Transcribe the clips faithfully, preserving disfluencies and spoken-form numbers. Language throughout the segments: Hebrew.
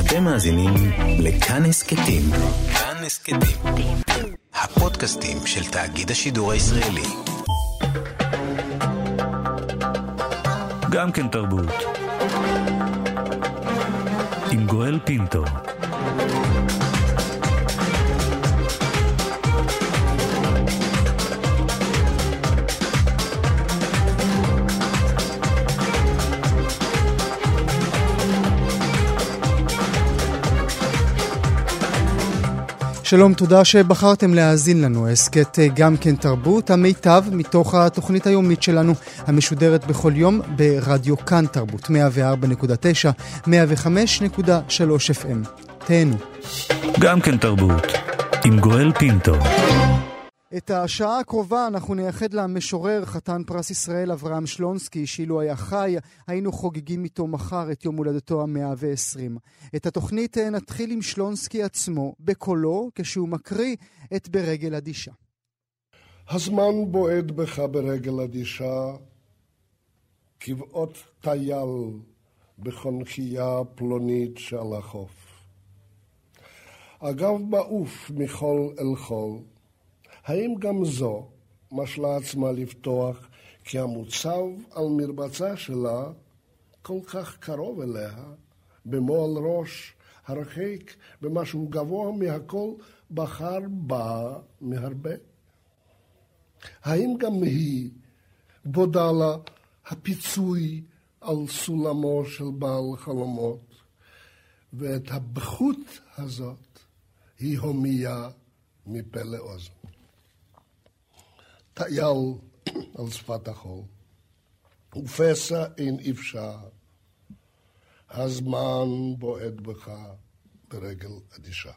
אתם מאזינים לכאן הסכתים. כאן הסכתים. הפודקאסטים של תאגיד השידור הישראלי. גם כן תרבות. עם גואל פינטו. שלום, תודה שבחרתם להאזין לנו. הסכת גם כן תרבות, המיטב מתוך התוכנית היומית שלנו, המשודרת בכל יום ברדיו כאן תרבות, מאה וארבע נקודה תשע, מאה וחמש נקודה שלוש אף אם. תהנו. גם כן תרבות, עם גואל פינטו. את השעה הקרובה אנחנו נייחד למשורר חתן פרס ישראל אברהם שלונסקי, שאילו היה חי, היינו חוגגים איתו מחר את יום הולדתו המאה ועשרים. את התוכנית נתחיל עם שלונסקי עצמו, בקולו, כשהוא מקריא את ברגל אדישה. הזמן בועד בך ברגל אדישה, כבעות טייל בחונכייה פלונית שעל החוף. אגב בעוף מחול אל חול, האם גם זו משלה עצמה לפתוח, כי המוצב על מרבצה שלה כל כך קרוב אליה, במועל ראש, הרחק, במשהו גבוה מהכל, בחר בה מהרבה? האם גם היא בודה לה הפיצוי על סולמו של בעל חלומות, ואת הבחות הזאת היא הומייה מפה לאוזן? טייל על שפת החול, ופסע אין אפשר, הזמן בועט בך ברגל אדישה.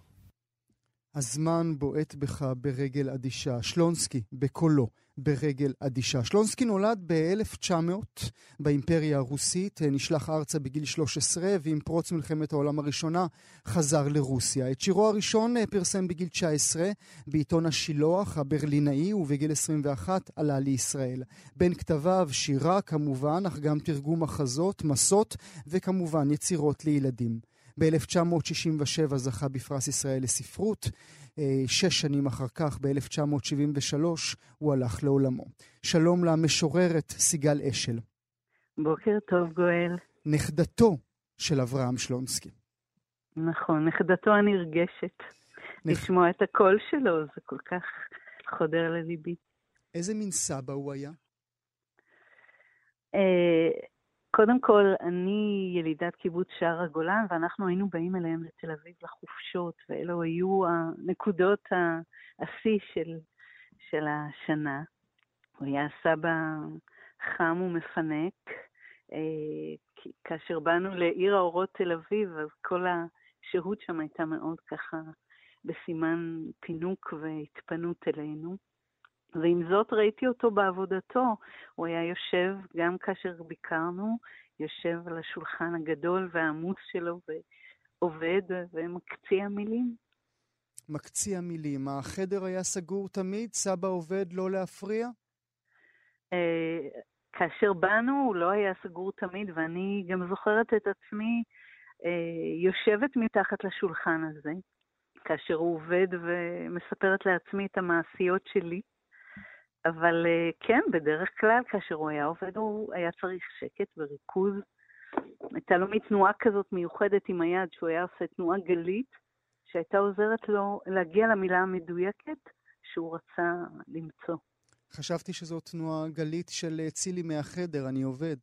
הזמן בועט בך ברגל אדישה. שלונסקי בקולו, ברגל אדישה. שלונסקי נולד ב-אלף תשע מאות באימפריה הרוסית, נשלח ארצה בגיל שלוש עשרה, ועם פרוץ מלחמת העולם הראשונה חזר לרוסיה. את שירו הראשון פרסם בגיל תשע עשרה בעיתון השילוח הברלינאי, ובגיל עשרים ואחת עלה לישראל. בין כתביו שירה כמובן, אך גם תרגום מחזות, מסות, וכמובן יצירות לילדים. ב-אלף תשע מאות שישים ושבע זכה בפרס ישראל לספרות. שש שנים אחר כך, ב-אלף תשע מאות שבעים ושלוש, הוא הלך לעולמו. שלום למשוררת סיגל אשל. בוקר טוב גואל. נכדתו של אברהם שלונסקי. נכון, נכדתו הנרגשת. נכ... לשמוע את הקול שלו, זה כל כך חודר לליבי. איזה מין סבא הוא היה? אה... קודם כל, אני ילידת קיבוץ שער הגולן, ואנחנו היינו באים אליהם לתל אביב לחופשות, ואלו היו הנקודות השיא של, של השנה. הוא היה סבא חם ומפנק, אה, כאשר באנו לעיר האורות תל אביב, אז כל השהות שם הייתה מאוד ככה בסימן פינוק והתפנות אלינו. ועם זאת ראיתי אותו בעבודתו, הוא היה יושב, גם כאשר ביקרנו, יושב על השולחן הגדול והעמוס שלו ועובד ומקציע מילים. מקציע מילים, החדר היה סגור תמיד, סבא עובד לא להפריע? כאשר באנו הוא לא היה סגור תמיד, ואני גם זוכרת את עצמי יושבת מתחת לשולחן הזה, כאשר הוא עובד ומספרת לעצמי את המעשיות שלי. אבל כן, בדרך כלל, כאשר הוא היה עובד, הוא היה צריך שקט וריכוז. הייתה לו מתנועה כזאת מיוחדת עם היד, שהוא היה עושה תנועה גלית, שהייתה עוזרת לו להגיע למילה המדויקת שהוא רצה למצוא. חשבתי שזו תנועה גלית של צילי מהחדר, אני עובד.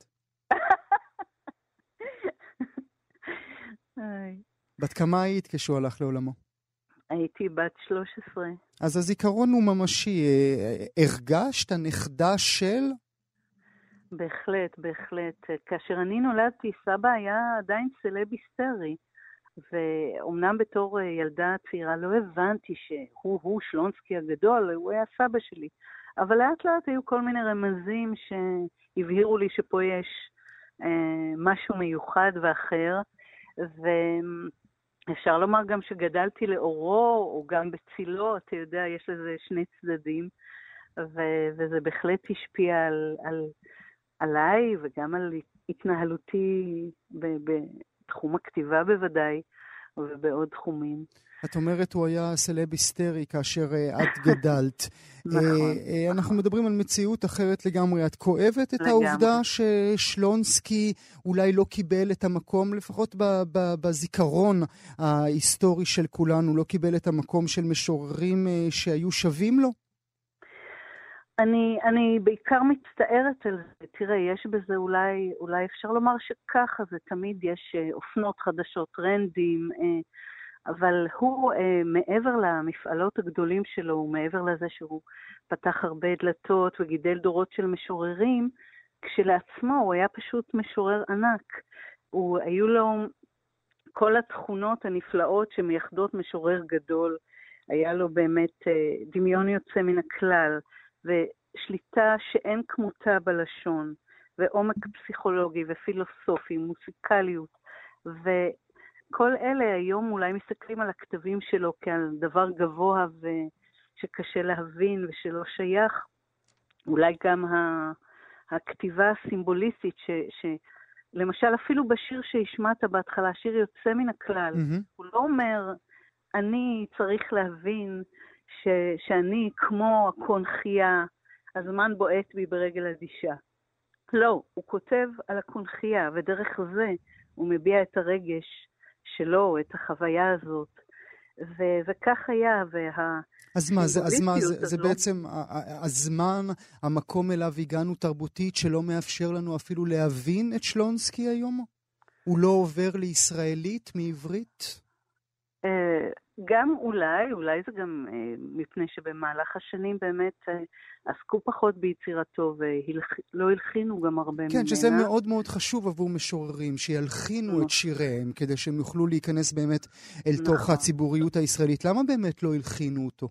בת כמה היית כשהוא הלך לעולמו? הייתי בת שלוש עשרה. אז הזיכרון הוא ממשי. הרגשת הנכדה של? בהחלט, בהחלט. כאשר אני נולדתי, סבא היה עדיין סלב היסטרי. ואומנם בתור ילדה צעירה לא הבנתי שהוא, הוא שלונסקי הגדול, הוא היה סבא שלי. אבל לאט לאט היו כל מיני רמזים שהבהירו לי שפה יש אה, משהו מיוחד ואחר. ו... אפשר לומר גם שגדלתי לאורו, או גם בצילו, אתה יודע, יש לזה שני צדדים, ו- וזה בהחלט השפיע על, על, עליי, וגם על התנהלותי בתחום הכתיבה בוודאי, ובעוד תחומים. את אומרת, הוא היה סלב היסטרי כאשר uh, את גדלת. נכון. uh, uh, אנחנו מדברים על מציאות אחרת לגמרי. את כואבת את לגמרי. העובדה ששלונסקי אולי לא קיבל את המקום, לפחות ב- ב- בזיכרון ההיסטורי של כולנו, לא קיבל את המקום של משוררים uh, שהיו שווים לו? אני, אני בעיקר מצטערת על זה. תראה, יש בזה אולי, אולי אפשר לומר שככה, זה תמיד יש uh, אופנות חדשות, טרנדים, uh, אבל הוא, אה, מעבר למפעלות הגדולים שלו, מעבר לזה שהוא פתח הרבה דלתות וגידל דורות של משוררים, כשלעצמו הוא היה פשוט משורר ענק. הוא, היו לו כל התכונות הנפלאות שמייחדות משורר גדול. היה לו באמת אה, דמיון יוצא מן הכלל, ושליטה שאין כמותה בלשון, ועומק פסיכולוגי ופילוסופי, מוסיקליות, ו... כל אלה היום אולי מסתכלים על הכתבים שלו כעל דבר גבוה ושקשה להבין ושלא שייך. אולי גם הכתיבה הסימבוליסטית, ש, שלמשל אפילו בשיר שהשמעת בהתחלה, השיר יוצא מן הכלל. Mm-hmm. הוא לא אומר, אני צריך להבין ש, שאני כמו הקונחייה, הזמן בועט בי ברגל אדישה. לא, הוא כותב על הקונחייה, ודרך זה הוא מביע את הרגש שלו, את החוויה הזאת, ו- וכך היה, וה... אז מה, זה, אז מה, זה, זה בעצם הזמן, המקום אליו הגענו תרבותית, שלא מאפשר לנו אפילו להבין את שלונסקי היום? הוא לא עובר לישראלית מעברית? גם אולי, אולי זה גם מפני שבמהלך השנים באמת עסקו פחות ביצירתו ולא הלחינו גם הרבה ממנה. כן, שזה מאוד מאוד חשוב עבור משוררים, שילחינו את שיריהם כדי שהם יוכלו להיכנס באמת אל תוך הציבוריות הישראלית. למה באמת לא הלחינו אותו?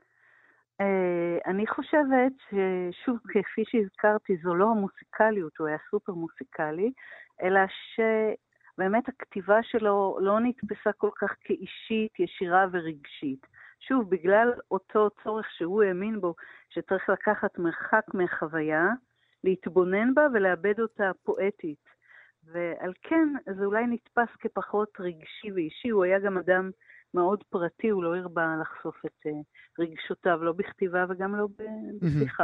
אני חושבת ששוב, כפי שהזכרתי, זו לא המוסיקליות, הוא היה סופר מוסיקלי, אלא ש... באמת הכתיבה שלו לא נתפסה כל כך כאישית, ישירה ורגשית. שוב, בגלל אותו צורך שהוא האמין בו, שצריך לקחת מרחק מהחוויה, להתבונן בה ולאבד אותה פואטית. ועל כן, זה אולי נתפס כפחות רגשי ואישי. הוא היה גם אדם מאוד פרטי, הוא לא הרבה לחשוף את רגשותיו, לא בכתיבה וגם לא בשיחה.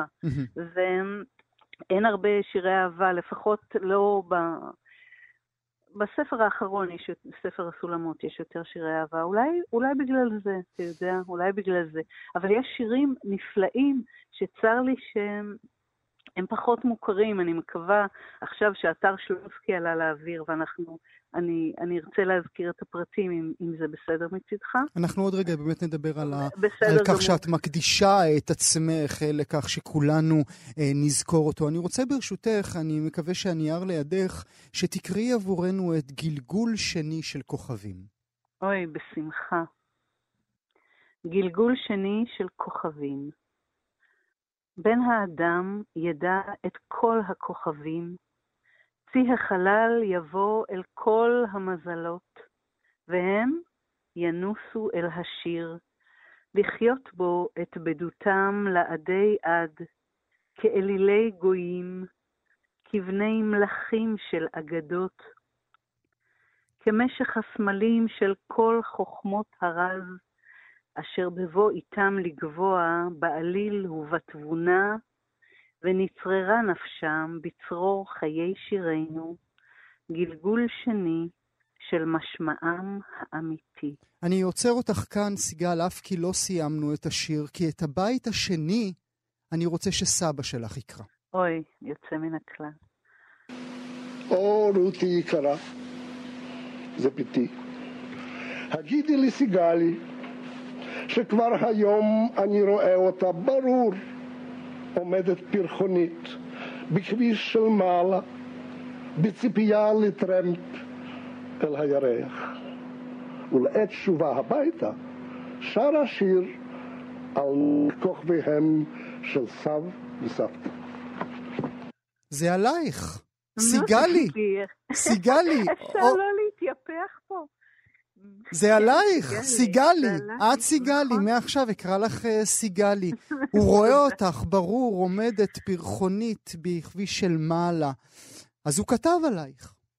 ואין הרבה שירי אהבה, לפחות לא ב... בספר האחרון, יש, ספר הסולמות, יש יותר שירי אהבה. אולי, אולי בגלל זה, אתה יודע, אולי בגלל זה. אבל יש שירים נפלאים שצר לי שהם הם פחות מוכרים. אני מקווה עכשיו שאתר שלונסקי עלה לאוויר, ואנחנו, אני, אני ארצה להזכיר את הפרטים, אם, אם זה בסדר מצדך. אנחנו עוד רגע באמת נדבר על, ה, על כך שאת מקדישה את עצמך לכך שכולנו אה, נזכור אותו. אני רוצה ברשותך, אני מקווה שהנייר לידך, שתקראי עבורנו את גלגול שני של כוכבים. אוי, בשמחה. גלגול שני של כוכבים. בן האדם ידע את כל הכוכבים, צי החלל יבוא אל כל המזלות, והם ינוסו אל השיר, לחיות בו את בדותם לעדי עד, כאלילי גויים, כבני מלכים של אגדות, כמשך הסמלים של כל חוכמות הרז, אשר בבוא איתם לגבוה בעליל ובתבונה, ונצררה נפשם בצרור חיי שירנו, גלגול שני של משמעם האמיתי. אני עוצר אותך כאן, סיגל, אף כי לא סיימנו את השיר, כי את הבית השני אני רוצה שסבא שלך יקרא. אוי, יוצא מן הכלל. או רותי יקרה, זה ביתי. הגידי לי סיגלי, שכבר היום אני רואה אותה ברור, עומדת פרחונית בכביש של מעלה, בציפייה לטרמפ אל הירח. ולעת שובה הביתה, שר השיר על כוכביהם של סב וסבתא. זה עלייך, סיגלי, סיגלי. אפשר לא להתייפח פה. זה עלייך, סיגלי, את סיגלי, מעכשיו אקרא לך סיגלי. הוא רואה אותך, ברור, עומדת פרחונית בכביש של מעלה. אז הוא כתב עלייך.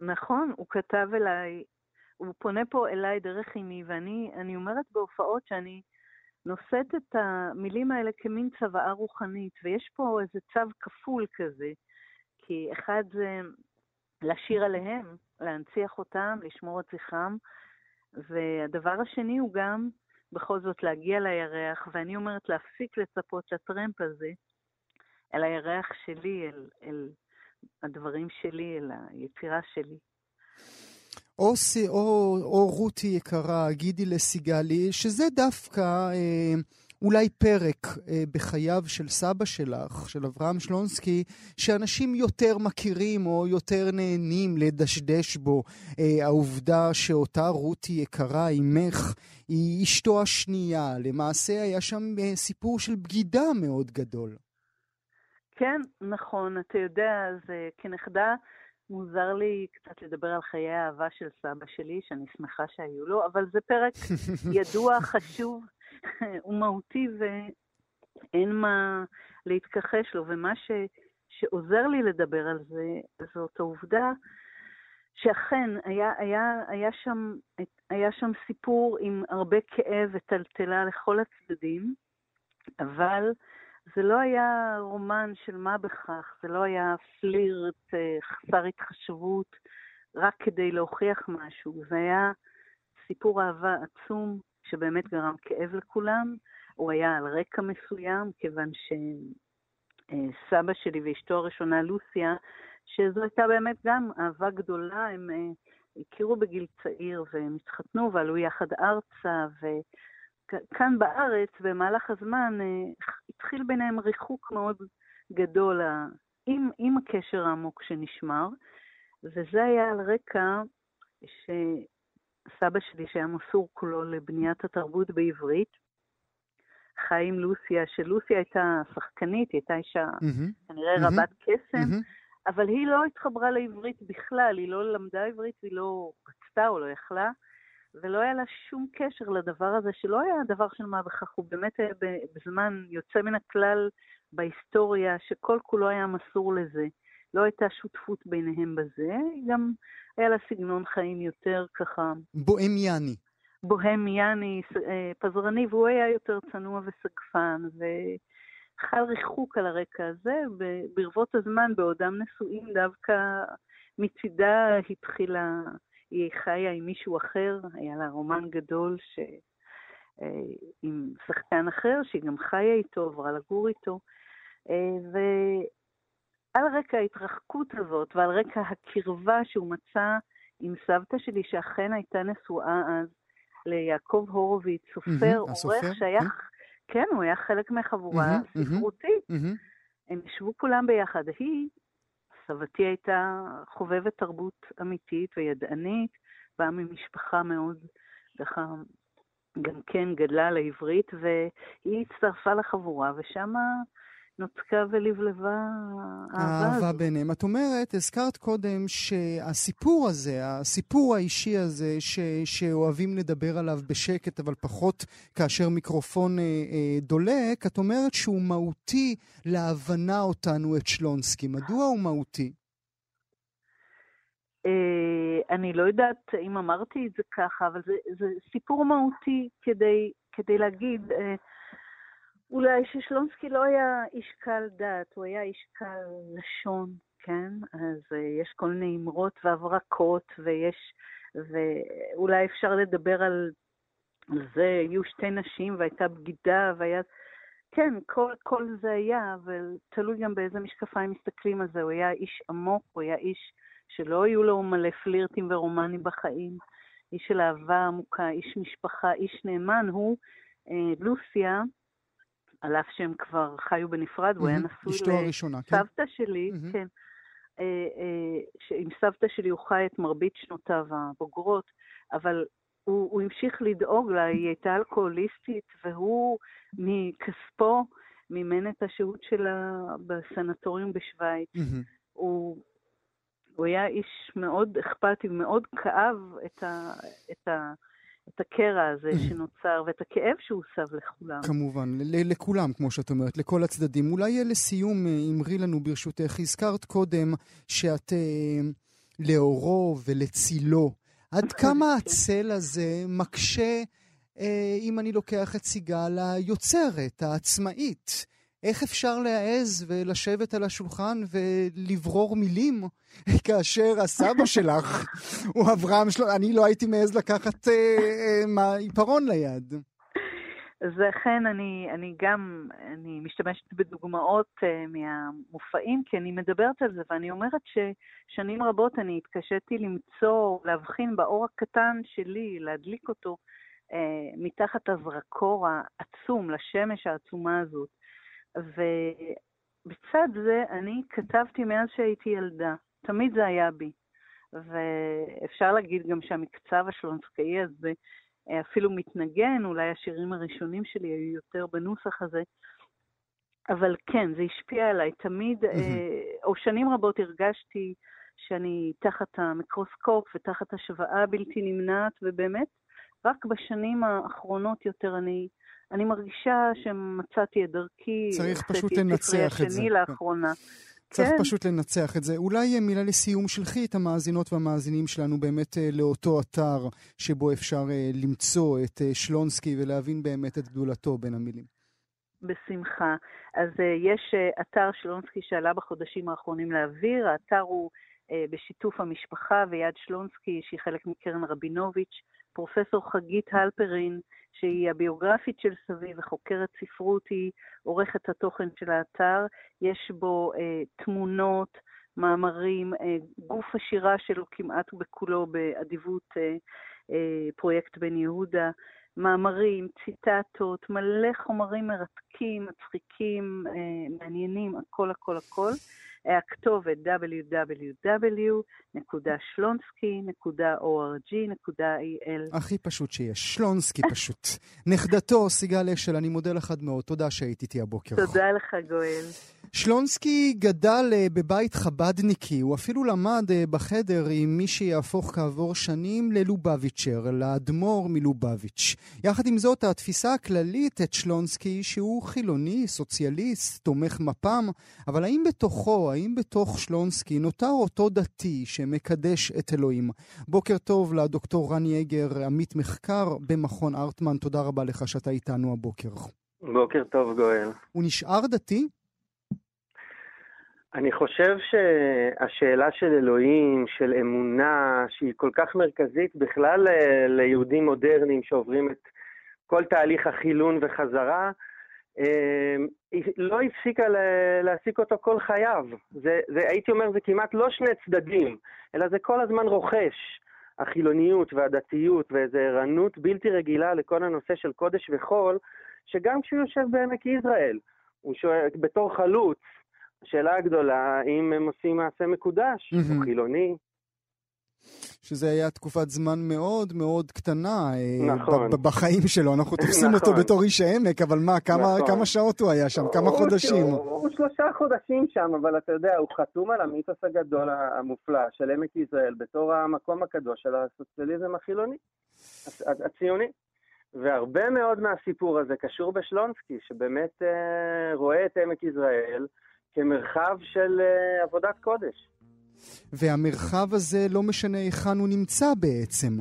נכון, הוא כתב אליי, הוא פונה פה אליי דרך אמי, ואני אני אומרת בהופעות שאני נושאת את המילים האלה כמין צוואה רוחנית, ויש פה איזה צו כפול כזה, כי אחד זה לשיר עליהם, להנציח אותם, לשמור את זכרם, והדבר השני הוא גם בכל זאת להגיע לירח, ואני אומרת להפסיק לצפות לטרמפ הזה, אל הירח שלי, אל, אל הדברים שלי, אל היצירה שלי. או, או, או רותי יקרה, גידי לסיגלי, שזה דווקא אה, אולי פרק אה, בחייו של סבא שלך, של אברהם שלונסקי, שאנשים יותר מכירים או יותר נהנים לדשדש בו. אה, העובדה שאותה רותי יקרה, אימך, היא אשתו השנייה. למעשה היה שם אה, סיפור של בגידה מאוד גדול. כן, נכון. אתה יודע, זה כנכדה, מוזר לי קצת לדבר על חיי האהבה של סבא שלי, שאני שמחה שהיו לו, אבל זה פרק ידוע, חשוב ומהותי, ואין מה להתכחש לו. ומה ש, שעוזר לי לדבר על זה, זאת העובדה שאכן היה, היה, היה, שם, היה שם סיפור עם הרבה כאב וטלטלה לכל הצדדים, אבל זה לא היה רומן של מה בכך, זה לא היה פלירט, חסר התחשבות, רק כדי להוכיח משהו. זה היה סיפור אהבה עצום, שבאמת גרם כאב לכולם. הוא היה על רקע מסוים, כיוון שסבא שלי ואשתו הראשונה, לוסיה, שזו הייתה באמת גם אהבה גדולה, הם הכירו בגיל צעיר והם התחתנו ועלו יחד ארצה, ו... כאן בארץ, במהלך הזמן, התחיל ביניהם ריחוק מאוד גדול עם, עם הקשר העמוק שנשמר, וזה היה על רקע שסבא שלי, שהיה מסור כולו לבניית התרבות בעברית, חי עם לוסיה, שלוסיה הייתה שחקנית, היא הייתה אישה mm-hmm. כנראה mm-hmm. רבת קסם, mm-hmm. אבל היא לא התחברה לעברית בכלל, היא לא למדה עברית, היא לא רצתה או לא יכלה, ולא היה לה שום קשר לדבר הזה, שלא היה דבר של מה בכך, הוא באמת היה בזמן יוצא מן הכלל בהיסטוריה, שכל כולו היה מסור לזה. לא הייתה שותפות ביניהם בזה, גם היה לה סגנון חיים יותר ככה... בוהמיאני. בוהמיאני, פזרני, והוא היה יותר צנוע וסגפן, וחל ריחוק על הרקע הזה, ברבות הזמן, בעודם נשואים, דווקא מצידה התחילה... היא חיה עם מישהו אחר, היה לה רומן גדול ש... עם שחקן אחר, שהיא גם חיה איתו, עברה לגור איתו, ועל רקע ההתרחקות הזאת, ועל רקע הקרבה שהוא מצא עם סבתא שלי, שאכן הייתה נשואה אז ליעקב הורוביץ, סופר, עורך שהיה, כן, הוא היה חלק מחבורה ספרותית. הם ישבו כולם ביחד. היא, סבתי הייתה חובבת תרבות אמיתית וידענית, באה ממשפחה מאוד, ככה, גם כן גדלה לעברית, והיא הצטרפה לחבורה, ושם נוצקה ולבלבה האהבה הזאת. ביניהם. את אומרת, הזכרת קודם שהסיפור הזה, הסיפור האישי הזה, ש, שאוהבים לדבר עליו בשקט, אבל פחות כאשר מיקרופון אה, אה, דולק, את אומרת שהוא מהותי להבנה אותנו את שלונסקי. מדוע הוא מהותי? אה, אני לא יודעת אם אמרתי את זה ככה, אבל זה, זה סיפור מהותי כדי, כדי להגיד... אה, אולי ששלונסקי לא היה איש קל דת, הוא היה איש קל לשון, כן? אז uh, יש כל מיני אמרות והברקות, ויש, ואולי אפשר לדבר על, על זה, היו שתי נשים והייתה בגידה, והיה, כן, כל, כל זה היה, אבל תלוי גם באיזה משקפיים מסתכלים על זה, הוא היה איש עמוק, הוא היה איש שלא היו לו מלא פלירטים ורומנים בחיים, איש של אהבה עמוקה, איש משפחה, איש נאמן, הוא uh, לוסיה, על אף שהם כבר חיו בנפרד, הוא היה נשוי לסבתא שלי, כן, עם סבתא שלי הוא חי את מרבית שנותיו הבוגרות, אבל הוא המשיך לדאוג לה, היא הייתה אלכוהוליסטית, והוא מכספו מימן את השהות שלה בסנטוריום בשוויץ. הוא היה איש מאוד אכפתי ומאוד כאב את ה... את הקרע הזה שנוצר, ואת הכאב שהוא סב לכולם. כמובן, לכולם, כמו שאת אומרת, לכל הצדדים. אולי לסיום, אמרי לנו ברשותך, הזכרת קודם שאת לאורו ולצילו. עד כמה הצל הזה מקשה, אה, אם אני לוקח את סיגל, היוצרת, העצמאית? איך אפשר להעז ולשבת על השולחן ולברור מילים כאשר הסבא שלך הוא אברהם שלו? אני לא הייתי מעז לקחת אה, אה, מה, עיפרון ליד. אז לכן אני, אני גם, אני משתמשת בדוגמאות uh, מהמופעים, כי אני מדברת על זה, ואני אומרת ששנים רבות אני התקשיתי למצוא, להבחין באור הקטן שלי, להדליק אותו uh, מתחת הזרקור העצום, לשמש העצומה הזאת. ובצד זה אני כתבתי מאז שהייתי ילדה, תמיד זה היה בי. ואפשר להגיד גם שהמקצב השלונסקאי הזה, אפילו מתנגן, אולי השירים הראשונים שלי היו יותר בנוסח הזה, אבל כן, זה השפיע עליי. תמיד, mm-hmm. או שנים רבות הרגשתי שאני תחת המיקרוסקופ ותחת השוואה בלתי נמנעת, ובאמת, רק בשנים האחרונות יותר אני, אני מרגישה שמצאתי את דרכי, צריך פשוט לנצח את זה. השני לאחרונה. צריך כן. פשוט לנצח את זה. אולי מילה לסיום שלחי את המאזינות והמאזינים שלנו באמת לאותו אתר שבו אפשר למצוא את שלונסקי ולהבין באמת את גדולתו בין המילים. בשמחה. אז יש אתר שלונסקי שעלה בחודשים האחרונים לאוויר. האתר הוא בשיתוף המשפחה ויד שלונסקי, שהיא חלק מקרן רבינוביץ', פרופסור חגית הלפרין, שהיא הביוגרפית של סבי וחוקרת ספרות, היא עורכת התוכן של האתר. יש בו אה, תמונות, מאמרים, אה, גוף השירה שלו כמעט בכולו באדיבות אה, אה, פרויקט בן יהודה, מאמרים, ציטטות, מלא חומרים מרתקים, מצחיקים, אה, מעניינים, הכל הכל הכל. הכתובת דאבליו דאבליו דאבליו נקודה שלונסקי נקודה או אר ג'י נקודה איי אל. הכי פשוט שיש, שלונסקי פשוט. נכדתו, סיגל אשל, אני מודה לך מאוד, תודה שהיית איתי הבוקר. תודה לך גואל. שלונסקי גדל בבית חבדניקי, הוא אפילו למד בחדר עם מי שיהפוך כעבור שנים ללובביצ'ר, לאדמו"ר מלובביץ'. יחד עם זאת, התפיסה הכללית את שלונסקי שהוא חילוני, סוציאליסט, תומך מפ"ם, אבל האם בתוכו, האם בתוך שלונסקי נותר אותו דתי שמקדש את אלוהים? בוקר טוב לדוקטור רני יגר, עמית מחקר במכון ארטמן, תודה רבה לך שאתה איתנו הבוקר. בוקר טוב גואל. הוא נשאר דתי? אני חושב שהשאלה של אלוהים, של אמונה, שהיא כל כך מרכזית בכלל ליהודים מודרניים שעוברים את כל תהליך החילון וחזרה, היא לא הפסיקה להעסיק אותו כל חייו. זה, זה, הייתי אומר, זה כמעט לא שני צדדים, אלא זה כל הזמן רוכש. החילוניות והדתיות ואיזו ערנות בלתי רגילה לכל הנושא של קודש וחול, שגם כשהוא יושב בעמק יזרעאל, הוא שואל, בתור חלוץ, השאלה הגדולה, אם הם עושים מעשה מקודש, mm-hmm. או חילוני. שזה היה תקופת זמן מאוד מאוד קטנה נכון. ב- בחיים שלו. אנחנו תופסים נכון. אותו בתור איש העמק, אבל מה, כמה, נכון. כמה שעות הוא היה שם? כמה הוא, חודשים? הוא, הוא שלושה חודשים שם, אבל אתה יודע, הוא חתום על המיתוס הגדול המופלא של עמק יזרעאל, בתור המקום הקדוש של הסוציאליזם החילוני, הציוני. והרבה מאוד מהסיפור הזה קשור בשלונסקי, שבאמת אה, רואה את עמק יזרעאל כמרחב של אה, עבודת קודש. והמרחב הזה לא משנה היכן הוא נמצא בעצם.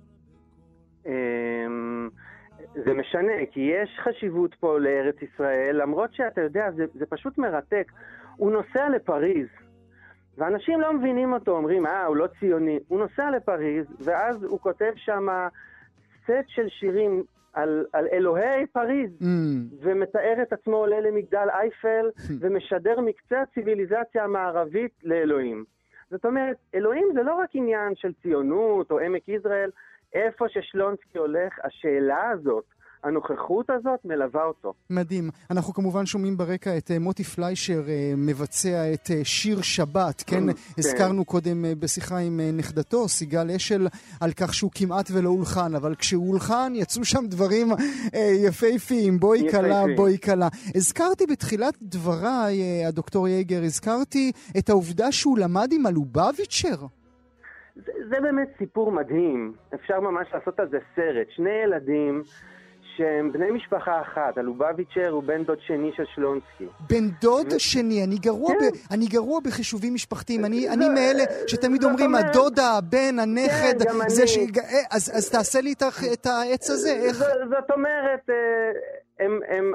זה משנה, כי יש חשיבות פה לארץ ישראל, למרות שאתה יודע, זה, זה פשוט מרתק. הוא נוסע לפריז, ואנשים לא מבינים אותו, אומרים, אה, הוא לא ציוני. הוא נוסע לפריז, ואז הוא כותב שם סט של שירים על, על אלוהי פריז, mm. ומתאר את עצמו עולה למגדל אייפל, ומשדר מקצה הציביליזציה המערבית לאלוהים. זאת אומרת, אלוהים זה לא רק עניין של ציונות או עמק יזרעאל, איפה ששלונסקי הולך, השאלה הזאת, הנוכחות הזאת מלווה אותו. מדהים. אנחנו כמובן שומעים ברקע את מוטי פליישר מבצע את שיר שבת, כן? הזכרנו קודם בשיחה עם נכדתו, סיגל אשל, על כך שהוא כמעט ולא הולחן, אבל כשהוא הולחן יצאו שם דברים יפהפיים, בואי קלה, בואי קלה. הזכרתי בתחילת דבריי, הדוקטור יגר, הזכרתי את העובדה שהוא למד עם הלובביצ'ר. זה, זה באמת סיפור מדהים. אפשר ממש לעשות על זה סרט. שני ילדים שהם בני משפחה אחת. הלובביצ'ר הוא בן דוד שני של שלונסקי. בן דוד ו... שני, אני גרוע, כן. ב... אני גרוע בחישובים משפחתיים. אני, אני מאלה שתמיד אומרים, אומר... הדודה, הבן, הנכד, כן, גם זה אני. ש... אז, אז תעשה לי את העץ הזה. איך... ז, זאת אומרת, הם, הם,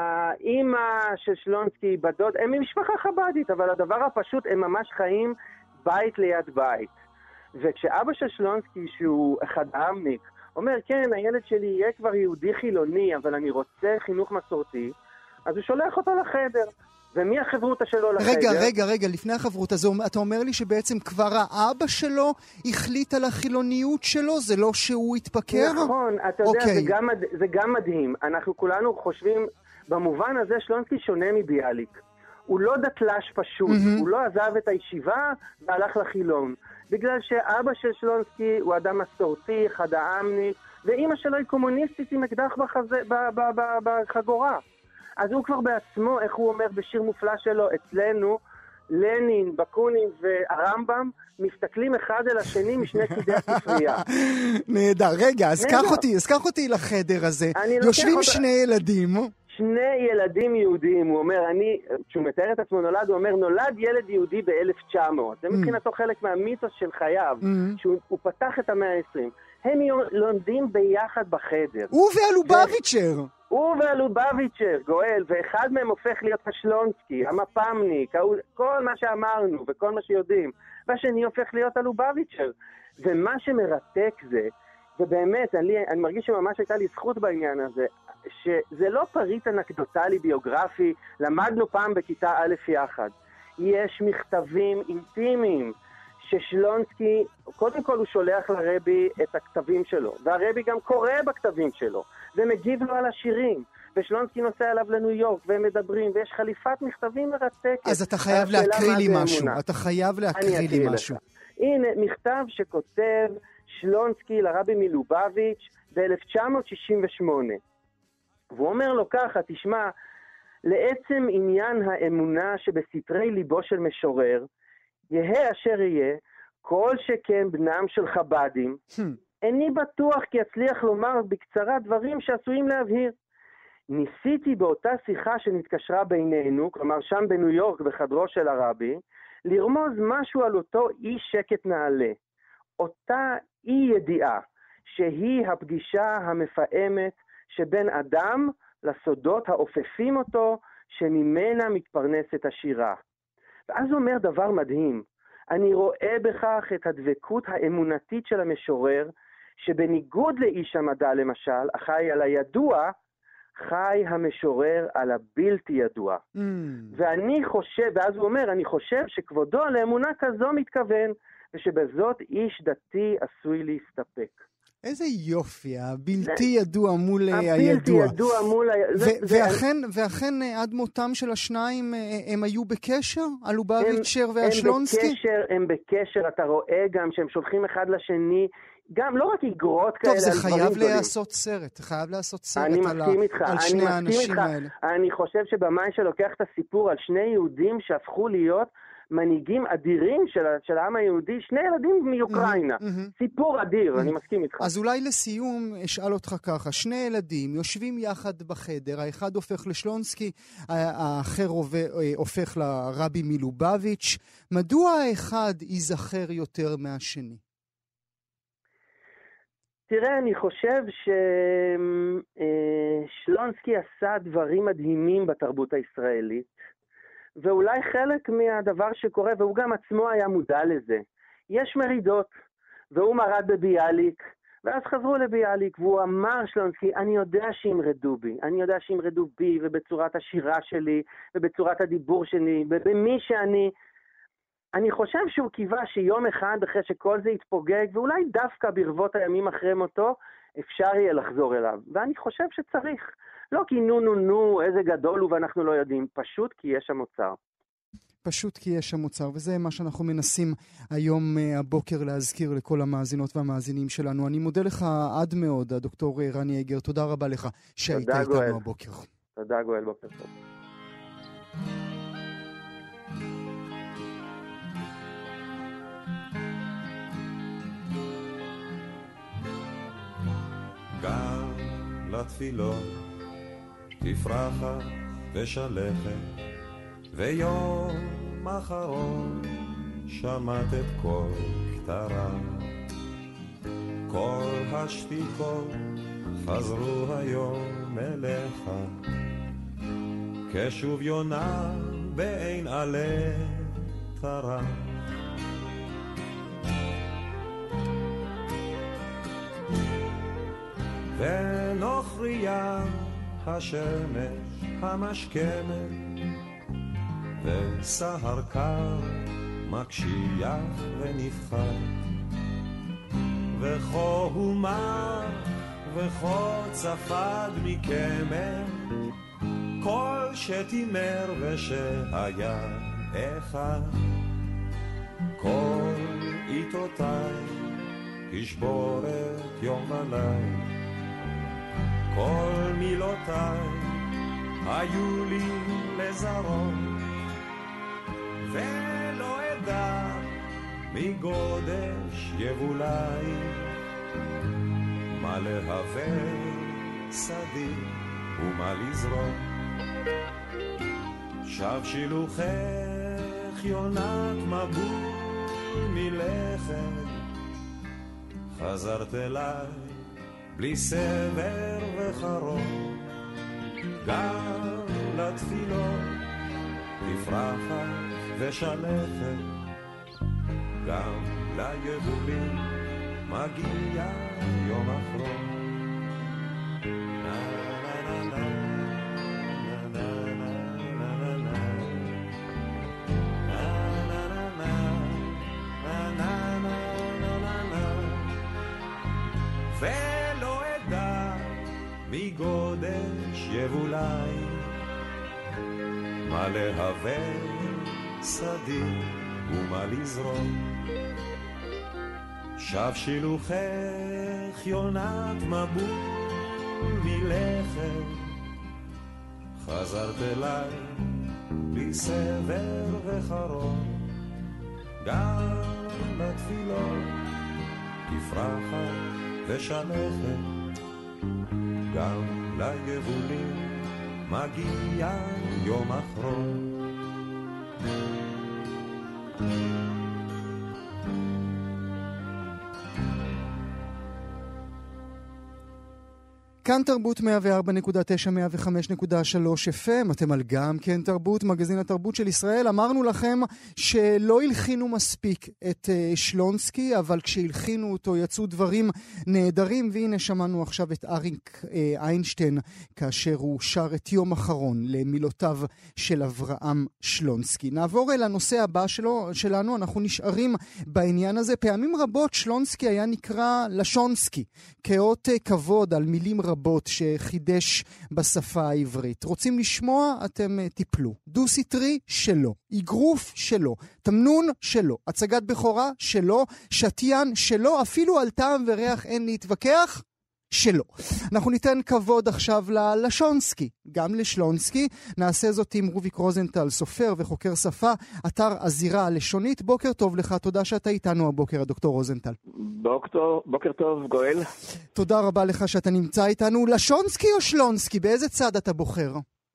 האמא של שלונסקי בדוד, הם ממשפחה חבדית, אבל הדבר הפשוט, הם ממש חיים בית ליד בית. וכשאבא של שלונסקי, שהוא אחד העמניק, אומר, כן, הילד שלי יהיה כבר יהודי חילוני, אבל אני רוצה חינוך מסורתי, אז הוא שולח אותו לחדר. ומי החברותה שלו לחדר? רגע, רגע, רגע, לפני החברותה, אתה אומר לי שבעצם כבר האבא שלו החליט על החילוניות שלו? זה לא שהוא התפקר? נכון, אתה יודע, okay. זה, גם, זה גם מדהים. אנחנו כולנו חושבים, במובן הזה שלונסקי שונה מביאליק. הוא לא דתל"ש פשוט, mm-hmm. הוא לא עזב את הישיבה והלך לחילון. בגלל שאבא של שלונסקי הוא אדם מסורתי, חד העמני, ואימא שלו היא קומוניסטית עם אקדח בחזה, בחגורה. אז הוא כבר בעצמו, איך הוא אומר בשיר מופלא שלו, אצלנו, לנין, בקונין והרמב"ם מסתכלים אחד אל השני משני צידי הספרייה. נהדר, רגע, אז קח אותי, אז קח אותי לחדר הזה. יושבים שני ילדים. שני ילדים יהודים, הוא אומר, אני, כשהוא מתאר את עצמו נולד, הוא אומר, נולד ילד יהודי ב-אלף תשע מאות. זה מבחינתו חלק מהמיתוס של חייו, שהוא פתח את המאה ה-עשרים. הם לומדים ביחד בחדר. הוא והלובביצ'ר. הוא והלובביצ'ר, גואל, ואחד מהם הופך להיות השלונסקי, המפמניק, כל מה שאמרנו וכל מה שיודעים. והשני הופך להיות הלובביצ'ר. ומה שמרתק זה, ובאמת, אני, אני מרגיש שממש הייתה לי זכות בעניין הזה, שזה לא פריט אנקדוטלי ביוגרפי, למדנו פעם בכיתה א' יחד. יש מכתבים אינטימיים ששלונסקי, קודם כל הוא שולח לרבי את הכתבים שלו, והרבי גם קורא בכתבים שלו, ומגיב לו על השירים, ושלונסקי נוסע אליו לניו יורק, והם מדברים, ויש חליפת מכתבים מרתקת. אז אתה חייב להקריא לי משהו, אתה חייב להקריא לי משהו. הנה, מכתב שכותב שלונסקי לרבי מלובביץ' ב-אלף תשע מאות שישים ושמונה. והוא אומר לו ככה, תשמע, לעצם עניין האמונה שבסתרי ליבו של משורר, יהא אשר יהיה, כל שכן בנם של חבדים, איני בטוח כי אצליח לומר בקצרה דברים שעשויים להבהיר. ניסיתי באותה שיחה שנתקשרה בינינו, כלומר שם בניו יורק בחדרו של הרבי, לרמוז משהו על אותו אי שקט נעלה. אותה אי ידיעה, שהיא הפגישה המפעמת שבין אדם לסודות האופפים אותו, שממנה מתפרנסת השירה. ואז הוא אומר דבר מדהים, אני רואה בכך את הדבקות האמונתית של המשורר, שבניגוד לאיש המדע למשל, החי על הידוע, חי המשורר על הבלתי ידוע. Mm. ואני חושב, ואז הוא אומר, אני חושב שכבודו לאמונה כזו מתכוון, ושבזאת איש דתי עשוי להסתפק. איזה יופי, הבלתי ידוע מול הידוע. הבלתי ידוע מול הידוע. ואכן עד מותם של השניים הם היו בקשר? הלובביצ'ר והשלונסקי? הם בקשר, הם בקשר, אתה רואה גם שהם שולחים אחד לשני, גם לא רק איגרות כאלה. טוב, זה חייב לעשות סרט, חייב לעשות סרט על שני האנשים האלה. אני חושב שבמאי שלוקח את הסיפור על שני יהודים שהפכו להיות מנהיגים אדירים של, של העם היהודי, שני ילדים מאוקראינה. Mm-hmm. סיפור אדיר, mm-hmm. אני מסכים איתך. אז אולי לסיום אשאל אותך ככה, שני ילדים יושבים יחד בחדר, האחד הופך לשלונסקי, האחר הופך לרבי מלובביץ'. מדוע האחד ייזכר יותר מהשני? תראה, אני חושב ששלונסקי עשה דברים מדהימים בתרבות הישראלית, ואולי חלק מהדבר שקורה, והוא גם עצמו היה מודע לזה. יש מרידות, והוא מרד בביאליק, ואז חזרו לביאליק, והוא אמר שלונסקי, אני יודע שימרדו בי, אני יודע שימרדו בי, ובצורת השירה שלי, ובצורת הדיבור שלי, ובמי שאני, אני חושב שהוא קיווה שיום אחד אחרי שכל זה יתפוגג, ואולי דווקא ברבות הימים אחרי מותו, אפשר יהיה לחזור אליו. ואני חושב שצריך. לא כי נו נו נו, איזה גדול הוא ואנחנו לא יודעים, פשוט כי יש שם מוצר. פשוט כי יש שם מוצר, וזה מה שאנחנו מנסים היום הבוקר להזכיר לכל המאזינות והמאזינים שלנו. אני מודה לך עד מאוד, הדוקטור רני אגר, תודה רבה לך שהיית איתנו הבוקר. תודה גואל, בוקר טוב. לתפילות, תפרחה ושלכת, ויום אחרון שמעת את כל כתרה. כל השתיקות חזרו היום אליך, כשוב יונה בעין עלי תרה. ונוכריה השמש המשכמת, וסהר קר מקשיח ונפחד, וכה הומר וכה צפד מקמר, כל שתימר ושהיה אחד. כל עיתותיי תשבורת יום וליל, כל מילותיי היו לי לזרום, ולא אדע מגודש יבולי מה להווה שדי ומה לזרום. שב שילוחך יונת מבול מלכת, חזרת אליי בלי סבר וחרום, גם לתפילות תפרחת ושלכת, גם ליבולים מגיע יום אחרון. ולא אדע מגודש יבולי מה להווה שדי ומה לזרום. שב שילוחך יונת מבול מלכת, חזרת אליי בלי סבר וחרום, גם לתפילות תפרחת ושלכת, גם ליבולים מגיע יום אחרון. כאן תרבות מאה וארבע נקודה תשע, מאה וחמש נקודה שלוש אף אם, אתם על גם כן תרבות, מגזין התרבות של ישראל. אמרנו לכם שלא הלחינו מספיק את uh, שלונסקי, אבל כשהלחינו אותו יצאו דברים נהדרים, והנה שמענו עכשיו את אריק uh, איינשטיין, כאשר הוא שר את יום אחרון למילותיו של אברהם שלונסקי. נעבור אל הנושא הבא שלו, שלנו, אנחנו נשארים בעניין הזה. פעמים רבות שלונסקי היה נקרא לשונסקי, כאות uh, כבוד על מילים רבות. רבות שחידש בשפה העברית. רוצים לשמוע? אתם טיפלו. דו סטרי שלו, אגרוף שלו, תמנון שלו, הצגת בכורה שלו, שתיין שלו, אפילו על טעם וריח אין להתווכח שלו. אנחנו ניתן כבוד עכשיו ללשונסקי, גם לשלונסקי. נעשה זאת עם רוביק רוזנטל, סופר וחוקר שפה, אתר הזירה הלשונית. בוקר טוב לך, תודה שאתה איתנו הבוקר, הדוקטור רוזנטל. בוקר, בוקר טוב, גואל. תודה רבה לך שאתה נמצא איתנו. לשונסקי או שלונסקי? באיזה צד אתה בוחר?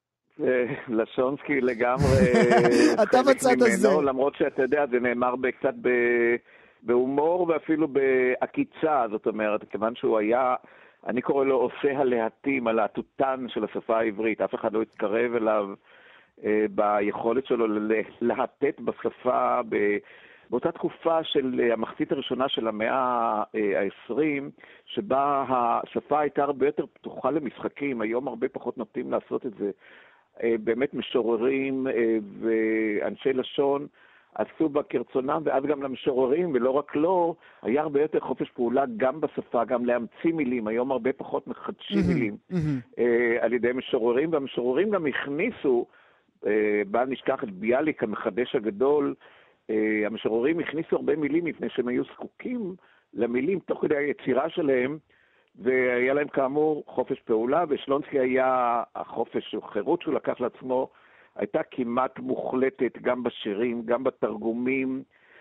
לשונסקי לגמרי. אתה בצד הזה. למרות שאתה יודע, זה נאמר קצת בהומור ואפילו בעקיצה, זאת אומרת, כיוון שהוא היה, אני קורא לו עושה הלהטים, הלהטוטן של השפה העברית. אף אחד לא התקרב אליו אה, ביכולת שלו להטט בשפה ב... באותה תקופה של המחצית הראשונה של המאה ה-עשרים, שבה השפה הייתה הרבה יותר פתוחה למשחקים, היום הרבה פחות נוטים לעשות את זה. באמת משוררים ואנשי לשון עשו בה כרצונם, ואז גם למשוררים, ולא רק לא, היה הרבה יותר חופש פעולה גם בשפה, גם להמציא מילים. היום הרבה פחות מחדשים מילים על ידי משוררים, והמשוררים גם הכניסו, בל נשכח את ביאליק, המחדש הגדול, המשוררים הכניסו הרבה מילים מפני שהם היו זקוקים למילים תוך כדי היצירה שלהם, והיה להם כאמור חופש פעולה, ושלונסקי היה החופש וחירות שהוא לקח לעצמו, הייתה כמעט מוחלטת גם בשירים, גם בתרגומים,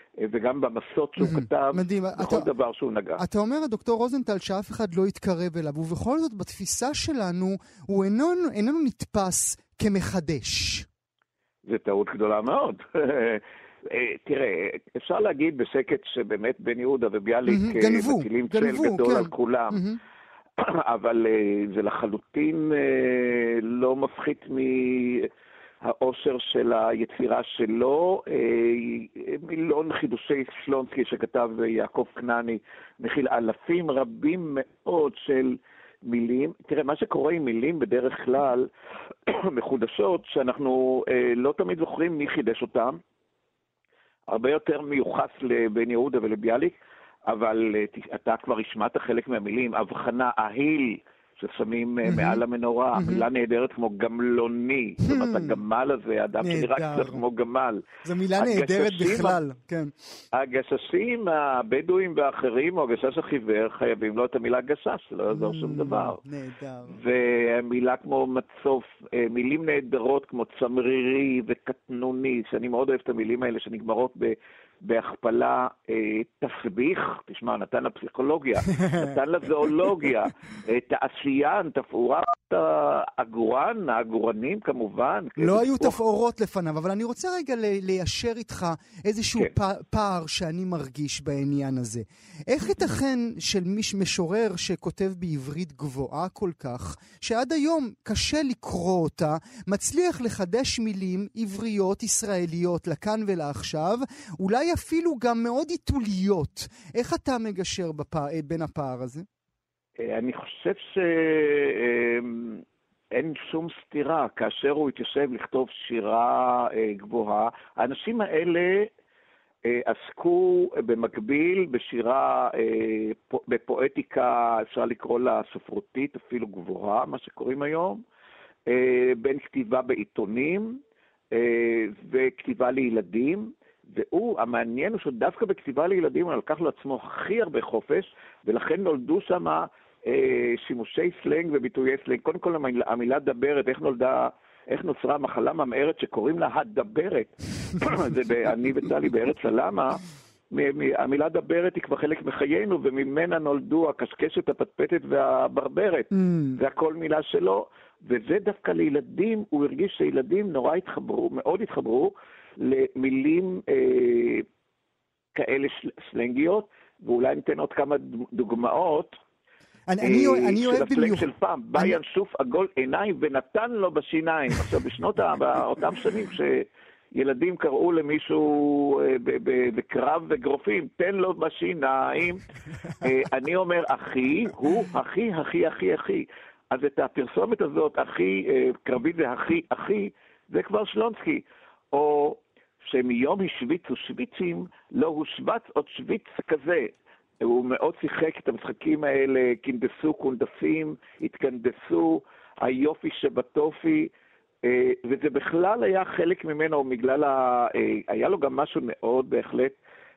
וגם במסות שהוא כתב, מדהים. בכל אתה, דבר שהוא נגע. אתה אומר, דוקטור רוזנטל, שאף אחד לא יתקרב אליו, ובכל זאת, בתפיסה שלנו, הוא איננו, איננו נתפס כמחדש. זה טעות גדולה מאוד. תראה, אפשר להגיד בשקט שבאמת בן יהודה וביאליק מטילים צל גדול על כולם, אבל זה לחלוטין לא מפחית מהאושר של היצירה שלו. מילון חידושי שלונסקי שכתב יעקב כנעני מכיל אלפים רבים מאוד של מילים. תראה, מה שקורה עם מילים בדרך כלל מחודשות, שאנחנו לא תמיד זוכרים מי חידש אותם, הרבה יותר מיוחס לבן יהודה ולביאליק, אבל אתה כבר השמעת חלק מהמילים, הבחנה, ההיל, ששמים מעל המנורה, מילה נהדרת כמו גמלוני, זאת אומרת, הגמל הזה, האדם שנראה קצת כמו גמל. זו מילה נהדרת בכלל, כן. הגששים הבדואים והאחרים, או הגשש החיוור, חייבים לו את המילה גשש, לא יעזור שום דבר. נהדר. ומילה כמו מצוף, מילים נהדרות כמו צמרירי וקטנוני, שאני מאוד אוהב את המילים האלה שנגמרות ב... בהכפלה אה, תסביך, תשמע, נתן לפסיכולוגיה, נתן לזואולוגיה, אה, תעשיין, תפאורה, הגורן, הגורנים כמובן. לא היו תפאורות לפניו, אבל אני רוצה רגע ליישר איתך איזשהו כן. פער שאני מרגיש בעניין הזה. איך ייתכן של מיש משורר שכותב בעברית גבוהה כל כך, שעד היום קשה לקרוא אותה, מצליח לחדש מילים עבריות ישראליות לכאן ולעכשיו, אולי אפילו גם מאוד עיתוליות. איך אתה מגשר בפע... בין הפער הזה? אני חושב שאין שום סתירה. כאשר הוא התיישב לכתוב שירה גבוהה, האנשים האלה עסקו במקביל בשירה, בפואטיקה, אפשר לקרוא לה ספרותית, אפילו גבוהה, מה שקוראים היום, בין כתיבה בעיתונים וכתיבה לילדים. והוא, המעניין הוא שדווקא בכתיבה לילדים הוא לקח לעצמו הכי הרבה חופש, ולכן נולדו שם אה, שימושי סלנג וביטויי סלנג. קודם כל המילה, המילה דברת, איך נולדה, איך נוצרה מחלה ממארת שקוראים לה הדברת. זה ב, אני וטלי בארץ הלמה, המילה דברת היא כבר חלק מחיינו, וממנה נולדו הקשקשת, הפטפטת והברברת. Mm. זה הכל מילה שלו, וזה דווקא לילדים, הוא הרגיש שילדים נורא התחברו, מאוד התחברו, למילים אה, כאלה של, סלנגיות, ואולי ניתן עוד כמה דוגמאות. אני, אה, אני, אני של הסלנג במיוח... של פעם, בא אני... ינשוף עגול עיניים ונתן לו בשיניים. עכשיו, בשנות אותם שנים, כשילדים קראו למישהו אה, בקרב וגרופים, תן לו בשיניים, אה, אני אומר, אחי, הוא הכי, הכי, הכי, הכי. אז את הפרסומת הזאת, הכי, אה, קרבית זה הכי, הכי, זה כבר שלונסקי. או שמיום השוויצו שוויצים, לא הושווץ עוד שוויץ כזה. הוא מאוד שיחק את המשחקים האלה, קינדסו קונדסים, התקנדסו, היופי שבטופי, וזה בכלל היה חלק ממנו, בגלל ה... היה לו גם משהו מאוד בהחלט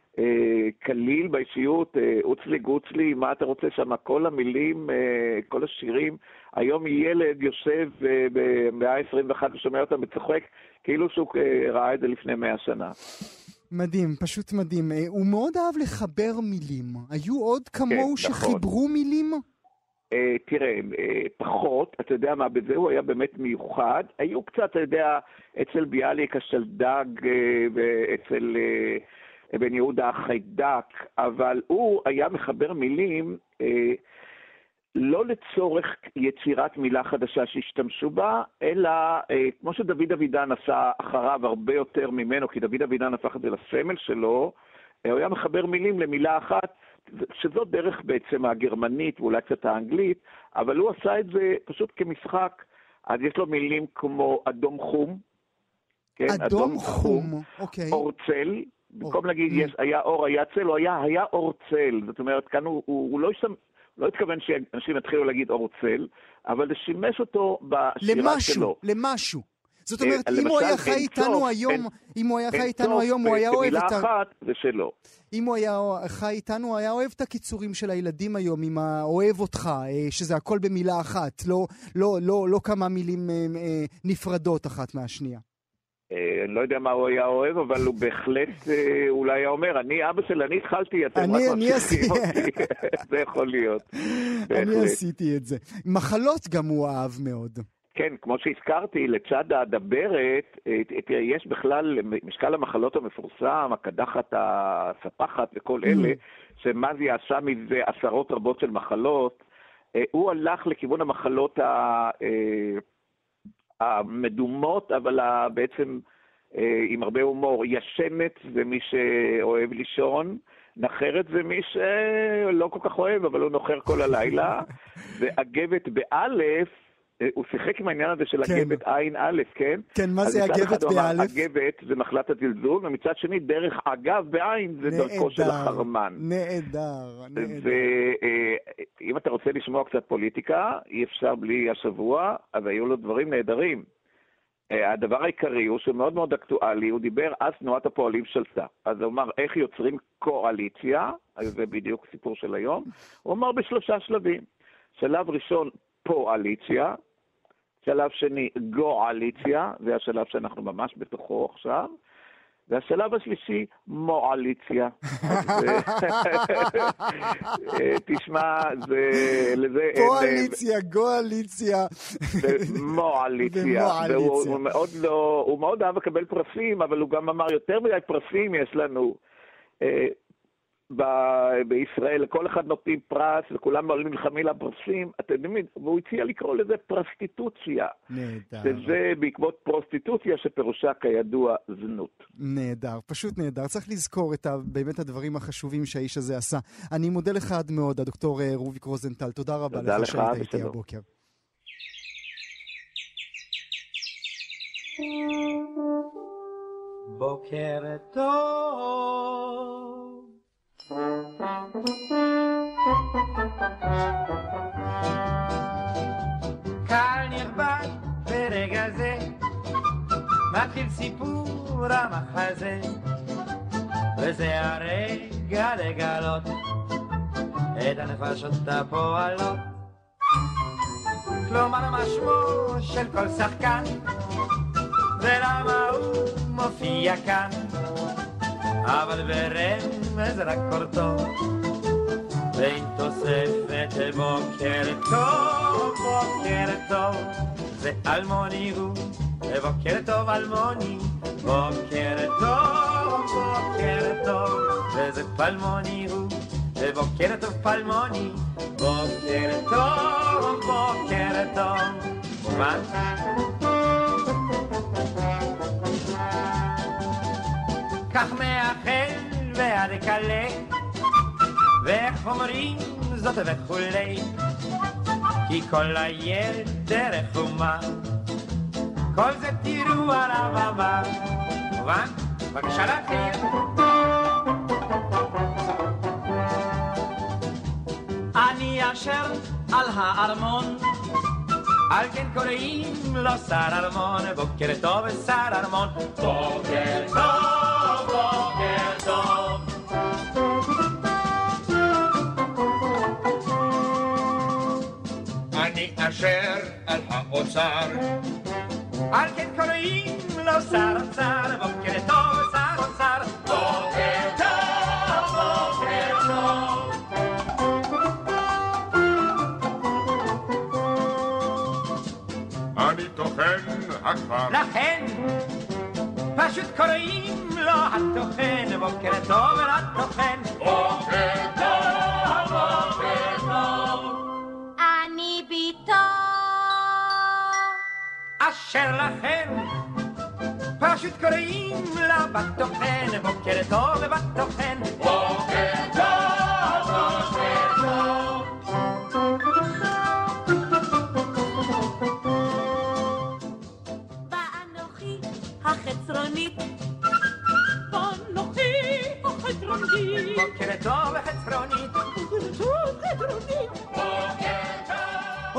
קליל באישיות, אוצלי גוצלי, מה אתה רוצה שם, כל המילים, כל השירים, היום ילד יושב במאה ה-עשרים ואחת ושומע אותם וצוחק, כאילו שהוא ראה את זה לפני מאה שנה. מדהים, פשוט מדהים. הוא מאוד אהב לחבר מילים. היו עוד כמוהו כן, שחיברו נכון. מילים? תראה, פחות, אתה יודע מה, בזה הוא היה באמת מיוחד. היו קצת, אתה יודע, אצל ביאליק השלדג ואצל בן יהודה החיידק, אבל הוא היה מחבר מילים לא לצורך יצירת מילה חדשה שהשתמשו בה, אלא כמו שדוד אבידן עשה אחריו הרבה יותר ממנו, כי דוד אבידן הפך את זה לסמל שלו, הוא היה מחבר מילים למילה אחת, שזו דרך בעצם הגרמנית ואולי קצת האנגלית, אבל הוא עשה את זה פשוט כמשחק. אז יש לו מילים כמו אדום חום, כן, אדום, אדום חום, חום אוקיי. אור צל, במקום להגיד יש, היה אור, היה צל, או היה, היה אור צל. זאת אומרת, כאן הוא, הוא, הוא לא ישתמש, לא התכוון שאנשים יתחילו להגיד אור צל, אבל זה שימש אותו בשירה למשהו, שלו. למשהו. זאת אומרת, אם הוא היה חי איתנו היום, אם הוא היה חי איתנו היום, הוא היה אוהב את ה... מילה אחת זה שלו. אם הוא היה חי איתנו, הוא היה אוהב את הקיצורים של הילדים היום, עם האוהב אותך, שזה הכל במילה אחת, לא, לא, לא, לא כמה מילים נפרדות אחת מהשנייה. אני לא יודע מה הוא היה אוהב, אבל הוא בהחלט אולי היה אומר, אני אבא של, אני התחלתי, אתם רק ממשיכים אותי. זה יכול להיות. אני עשיתי את זה. מחלות גם הוא אהב מאוד. כן, כמו שהזכרתי, לצד הדברת, יש בכלל משקל המחלות המפורסם, הקדחת, הספחת וכל אלה, שמזי עשה מזה עשרות רבות של מחלות. הוא הלך לכיוון המחלות המדומות, אבל בעצם עם הרבה הומור. ישנת זה מי שאוהב לישון, נחרת זה מי שלא כל כך אוהב, אבל הוא נוחר כל הלילה. ואגבת באלף, הוא שיחק עם העניין הזה של אגבת עין א', כן? כן, מה זה אגבת באלף? אגבת זה מחלת הזלזול, ומצד שני דרך אגב בעין זה דרכו של החרמן. נהדר, נהדר. ואם אתה רוצה לשמוע קצת פוליטיקה, אי אפשר בלי השבוע, אז היו לו דברים נהדרים. הדבר העיקרי הוא שמאוד מאוד אקטואלי, הוא דיבר אז תנועת הפועלים שלטה. אז הוא אמר איך יוצרים קואליציה, זה בדיוק סיפור של היום, הוא אמר בשלושה שלבים. שלב ראשון, פועליציה, שלב שני, גואליציה, זה השלב שאנחנו ממש בתוכו עכשיו, והשלב השלישי, מועליציה. תשמע, זה... פועליציה, גואליציה. ומועליציה. הוא מאוד אהב לקבל פרסים, אבל הוא גם אמר, יותר מדי פרסים יש לנו. בישראל, לכל אחד נותנים פרס, וכולם נלחמים לפרסים, אתם יודעים, והוא הציע לקרוא לזה פרסטיטוציה. נהדר. שזה בעקבות פרוסטיטוציה שפירושה כידוע זנות. נהדר, פשוט נהדר. צריך לזכור את באמת הדברים החשובים שהאיש הזה עשה. אני מודה לך עד מאוד, הדוקטור רוביק רוזנטל. תודה רבה תודה לך שהיית איתי הבוקר. בוקר טוב קהל נכבד ברגע זה מתחיל סיפור המחזה וזה הרגע לגלות את הנפשות הפועלות כלומר מה שמו של כל שחקן ולמה הוא מופיע כאן אבל ברמז רק קורטו ואין תוספת בוקר טוב, בוקר טוב זה אלמוני הוא, בוקר טוב אלמוני בוקר טוב, בוקר טוב וזה פלמוני הוא, בוקר טוב פלמוני בוקר טוב, בוקר טוב מה? כך מאחל ועד קלה ואיך אומרים זאת וכולי כי כל הילד דרך אומה כל זה תראו על הבמה מובן? בבקשה להתחיל אני אשר על הארמון על כן קוראים לו שר ארמון בוקר טוב שר ארמון בוקר טוב בוקר טוב אני אשר על האוצר על כן קוראים לו שר אוצר בוקר טוב שר אוצר בוקר טוב בוקר טוב אני תוכן הכפר לכן פשוט קוראים לו התוכן בוקר טוב לתוכן בוקר טוב, בוקר טוב אני ביתו אשר לכן פשוט קוראים לה בתוכן בוקר טוב בתוכן בוקר טוב, בוקר טוב באנוכי החצרונית באנוכי החצרונית בוקר טוב החצרונית בוקר טוב חצרונית בוקר טוב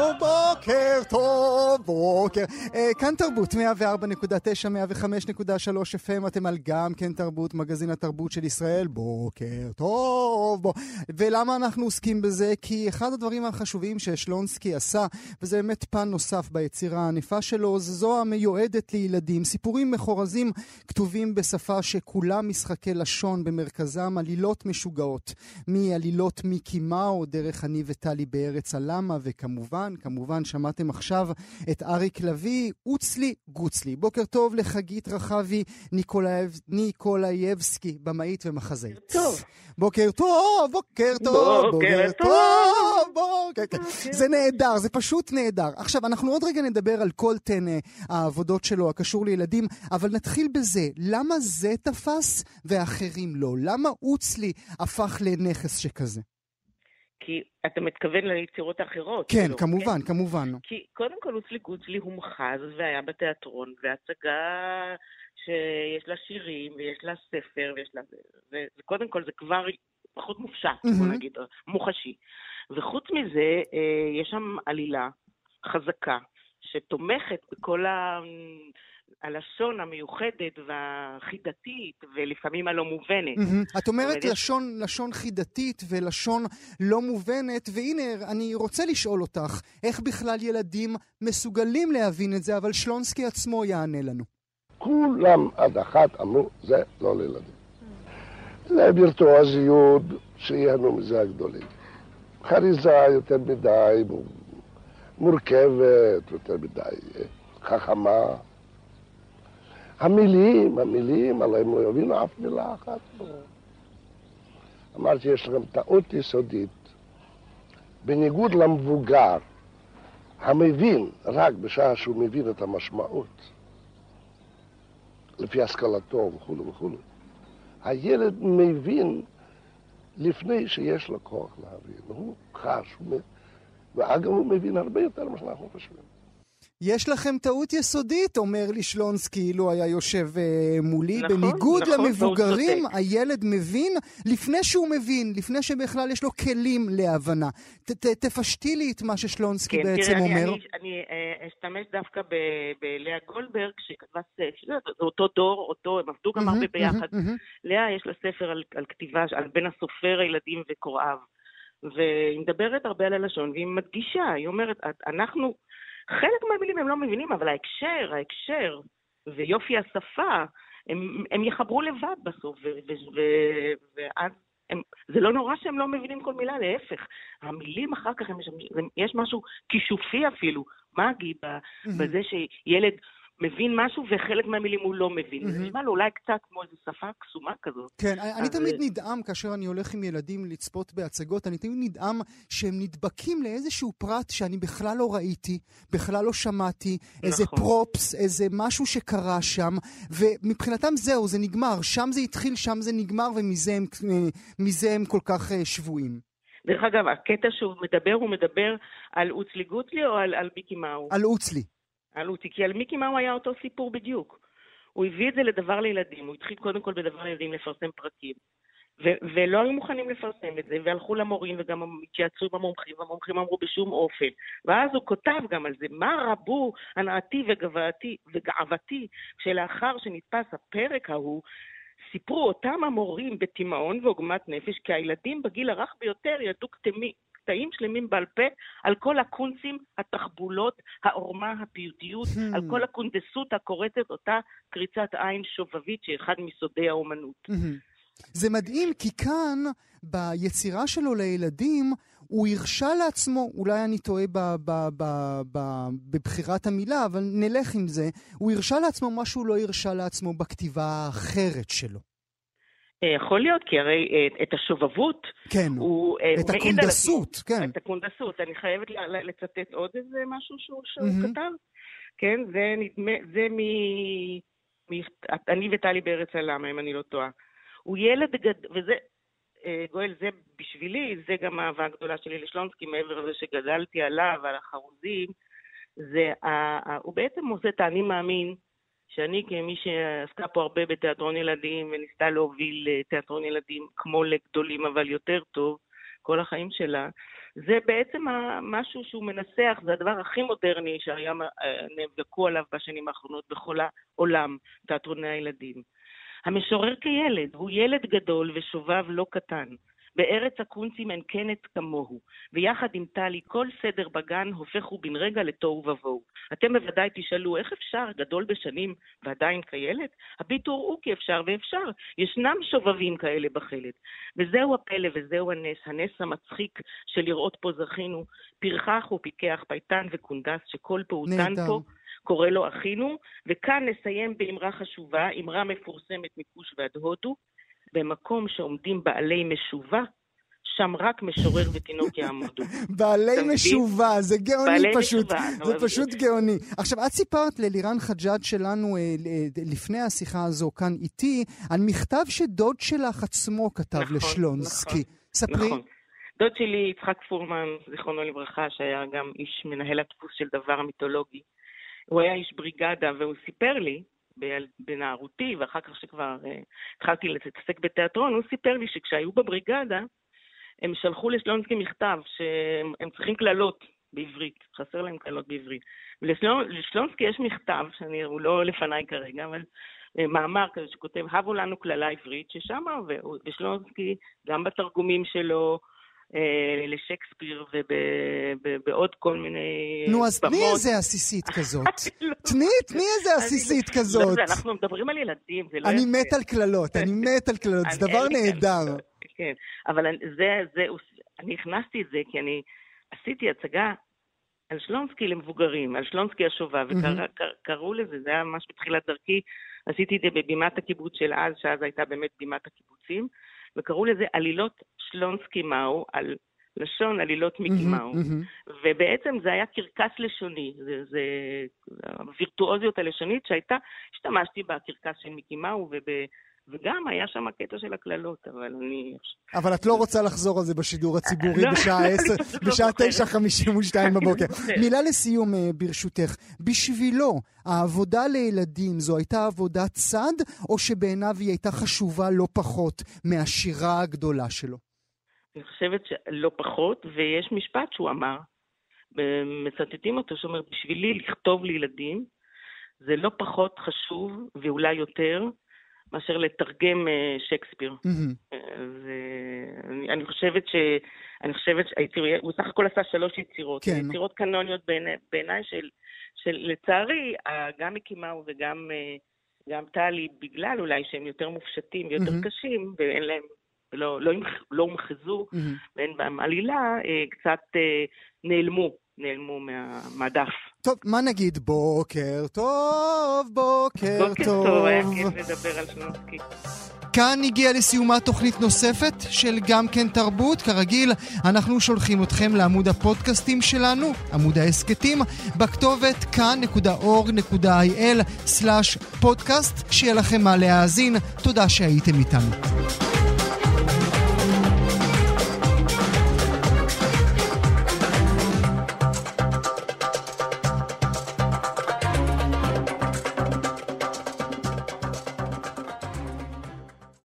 בוקר טוב, בוקר. כאן תרבות, מאה וארבע נקודה תשע, מאה וחמש נקודה שלוש אף אם, אתם על גם כן תרבות, מגזין התרבות של ישראל. בוקר טוב. בוא. ולמה אנחנו עוסקים בזה? כי אחד הדברים החשובים ששלונסקי עשה, וזה באמת פן נוסף ביצירה הענפה שלו, זו המיועדת לילדים. סיפורים מחורזים כתובים בשפה שכולה משחקי לשון, במרכזם עלילות משוגעות. מעלילות מיקי מאו, דרך אני וטלי בארץ הלמה, וכמובן, כמובן שמעתם עכשיו את אריק לוי, אוצלי גוצלי. בוקר טוב לחגית רחבי ניקולאייב, ניקולאייבסקי, במאית ומחזאית. טוב. בוקר טוב, בוקר טוב, בוקר טוב, בוקר. זה נהדר, זה פשוט נהדר. עכשיו, אנחנו עוד רגע נדבר על כל תן העבודות שלו הקשור לילדים, אבל נתחיל בזה. למה זה תפס ואחרים לא? למה אוצלי הפך לנכס שכזה? כי אתה מתכוון ליצירות האחרות. כן, שלו, כמובן, כן? כמובן. כי קודם כל אוצלי גוצלי הוא מחז והיה בתיאטרון, והצגה שיש לה שירים ויש לה ספר, ויש לה... וקודם כל זה כבר פחות מופשט, mm-hmm. בוא נגיד, מוחשי. וחוץ מזה, יש שם עלילה חזקה, שתומכת בכל ה... הלשון המיוחדת והחידתית, ולפעמים הלא מובנת. Mm-hmm. את אומרת לשון, לשון חידתית ולשון לא מובנת, והנה אני רוצה לשאול אותך, איך בכלל ילדים מסוגלים להבין את זה, אבל שלונסקי עצמו יענה לנו. כולם עד אחת אמרו, זה לא לילדים. זה וירטואוזיות שיהנו מזה הגדולים. חריזה יותר מדי מורכבת, יותר מדי חכמה. המילים, המילים, אבל הם לא יבינו אף מילה אחת. אמרתי, יש לכם טעות יסודית. בניגוד למבוגר, המבין רק בשעה שהוא מבין את המשמעות, לפי השכלתו וכו' וכו'. הילד מבין לפני שיש לו כוח להבין. הוא חש, ואגב הוא מבין הרבה יותר ממה שאנחנו חושבים. יש לכם טעות יסודית, אומר לי שלונסקי, אילו היה יושב uh, מולי. נכון, בניגוד נכון, למבוגרים, הילד מבין לפני שהוא מבין, לפני שבכלל יש לו כלים להבנה. ת, ת, תפשטי לי את מה ששלונסקי כן, בעצם תראה, אומר. אני, אני, אני אשתמש דווקא בלאה גולדברג, שכתבה ספר, זה אותו דור, אותו, הם עבדו גם הרבה ביחד. לאה יש לה ספר על, על כתיבה, על בין הסופר, הילדים וקוראיו. והיא מדברת הרבה על הלשון, והיא מדגישה, היא אומרת, אנחנו... חלק מהמילים הם לא מבינים, אבל ההקשר, ההקשר ויופי השפה, הם, הם יחברו לבד בסוף, ו, ו, ו, ואז הם, זה לא נורא שהם לא מבינים כל מילה, להפך. המילים אחר כך, הם, יש משהו כישופי אפילו, מגי, בזה שילד מבין משהו וחלק מהמילים הוא לא מבין. זה נשמע לו אולי קצת כמו איזו שפה קסומה כזאת. כן, אני תמיד נדהם כאשר אני הולך עם ילדים לצפות בהצגות, אני תמיד נדהם שהם נדבקים לאיזשהו פרט שאני בכלל לא ראיתי, בכלל לא שמעתי, איזה פרופס, איזה משהו שקרה שם, ומבחינתם זהו, זה נגמר. שם זה התחיל, שם זה נגמר, ומזה הם כל כך שבויים. דרך אגב, הקטע שהוא מדבר, הוא מדבר על אוצלי גוצלי או על מיקי מאו? על אוצלי. על אותי, כי על מיקי מאו היה אותו סיפור בדיוק. הוא הביא את זה לדבר לילדים, הוא התחיל קודם כל בדבר לילדים לפרסם פרקים. ו- ולא היו מוכנים לפרסם את זה, והלכו למורים וגם התייעצו עם המומחים, והמומחים אמרו בשום אופן. ואז הוא כותב גם על זה, מה רבו הנעתי וגאוותי, וגאוותי, שלאחר שנתפס הפרק ההוא, סיפרו אותם המורים בתימהון ועוגמת נפש, כי הילדים בגיל הרך ביותר ידעו קטמי. קטעים שלמים בעל פה על כל הקונסים, התחבולות, העורמה, הפיוטיות, על כל הקונדסות הקורצת, אותה קריצת עין שובבית שאחד מסודי האומנות. זה מדהים, כי כאן, ביצירה שלו לילדים, הוא הרשה לעצמו, אולי אני טועה ב- ב- ב- ב- בבחירת המילה, אבל נלך עם זה, הוא הרשה לעצמו מה שהוא לא הרשה לעצמו בכתיבה האחרת שלו. יכול להיות, כי הרי את השובבות, כן, הוא את הקונדסות, כן. את הקונדסות, אני חייבת לצטט עוד איזה משהו שהוא, שהוא mm-hmm. כתב, כן, זה נדמה, זה מ... מ... אני וטלי בארץ הלמה, אם אני לא טועה. הוא ילד גד... וזה, גואל, זה בשבילי, זה גם האהבה הגדולה שלי לשלונסקי, מעבר לזה שגדלתי עליו, על החרוזים, זה, הוא בעצם עושה את האני מאמין, שאני כמי שעסקה פה הרבה בתיאטרון ילדים וניסתה להוביל תיאטרון ילדים כמו לגדולים אבל יותר טוב כל החיים שלה, זה בעצם משהו שהוא מנסח, זה הדבר הכי מודרני שהיה נאבקו עליו בשנים האחרונות בכל העולם, תיאטרוני הילדים. המשורר כילד, הוא ילד גדול ושובב לא קטן. בארץ הקונצים אין כנת כמוהו, ויחד עם טלי כל סדר בגן הופכו בן רגע לתוהו ובוהו. אתם בוודאי תשאלו, איך אפשר, גדול בשנים ועדיין כילד? הביטו ראו כי אפשר ואפשר, ישנם שובבים כאלה בחלד. וזהו הפלא וזהו הנס, הנס המצחיק של לראות פה זכינו, פרחח ופיקח, פייטן וקונדס, שכל פעוטן פה קורא לו אחינו, וכאן נסיים באמרה חשובה, אמרה מפורסמת מכוש ועד הודו, במקום שעומדים בעלי משובה, שם רק משורר ותינוק יעמודו. בעלי משובה, זה גאוני פשוט. זה פשוט גאוני. עכשיו, את סיפרת ללירן חג'אג' שלנו לפני השיחה הזו כאן איתי, על מכתב שדוד שלך עצמו כתב לשלונסקי. ספרי. נכון. דוד שלי, יצחק פורמן, זיכרונו לברכה, שהיה גם איש מנהל הדפוס של דבר מיתולוגי. הוא היה איש בריגדה, והוא סיפר לי, בנערותי, ואחר כך שכבר uh, התחלתי להתעסק בתיאטרון, הוא סיפר לי שכשהיו בבריגדה, הם שלחו לשלונסקי מכתב שהם צריכים כללות בעברית, חסר להם כללות בעברית. ולשלונסקי יש מכתב, שאני, הוא לא לפניי כרגע, אבל uh, מאמר כזה שכותב, הבו לנו כללה עברית, ששם, ושלונסקי, גם בתרגומים שלו, לשייקספיר ובעוד כל מיני נו, אז תני איזה עסיסית כזאת. תני, תני איזה עסיסית כזאת. אנחנו מדברים על ילדים. אני מת על כללות, אני מת על כללות, זה דבר נהדר. כן, אבל אני הכנסתי את זה כי אני עשיתי הצגה על שלונסקי למבוגרים, על שלונסקי השובב, וקראו לזה, זה היה ממש בתחילת דרכי, עשיתי את זה בבימת הקיבוץ של אז, שאז הייתה באמת בימת הקיבוצים, וקראו לזה עלילות שלונסקי מאו, על לשון עלילות מיקי מאו. ובעצם זה היה קרקס לשוני, זה, זה הווירטואוזיות הלשונית שהייתה, השתמשתי בקרקס של מיקי מאו, וב, וגם היה שם הקטע של הכללות, אבל אני... אבל את לא רוצה לחזור על זה בשידור הציבורי בשעה תשע חמישים ושתיים בבוקר. מילה לסיום ברשותך, בשבילו העבודה לילדים זו הייתה עבודת צד, או שבעיניו היא הייתה חשובה לא פחות מהשירה הגדולה שלו? אני חושבת שלא פחות, ויש משפט שהוא אמר, מצטטים אותו, שאומר, בשבילי לכתוב לילדים, זה לא פחות חשוב, ואולי יותר, מאשר לתרגם שייקספיר. אני חושבת ש... אני חושבת שהוא סך הכל עשה שלוש יצירות. יצירות קנוניות בעיניי של לצערי, גם מיקי מאו וגם טלי, בגלל אולי שהם יותר מופשטים ויותר קשים, ואין להם, לא הומחזו, ואין בהם עלילה, קצת נעלמו. נעלמו מהמדף. טוב, מה נגיד? בוקר טוב, בוקר טוב. בוקר טוב, היה כיף לדבר על שלונסקי. כאן הגיעה לסיומה תוכנית נוספת של גם כן תרבות. כרגיל, אנחנו שולחים אתכם לעמוד הפודקאסטים שלנו, עמוד העסקתים, בכתובת כאן נקודה אורג נקודה איי אל סלאש פודקאסט. שיהיה לכם מה להאזין. תודה שהייתם איתנו.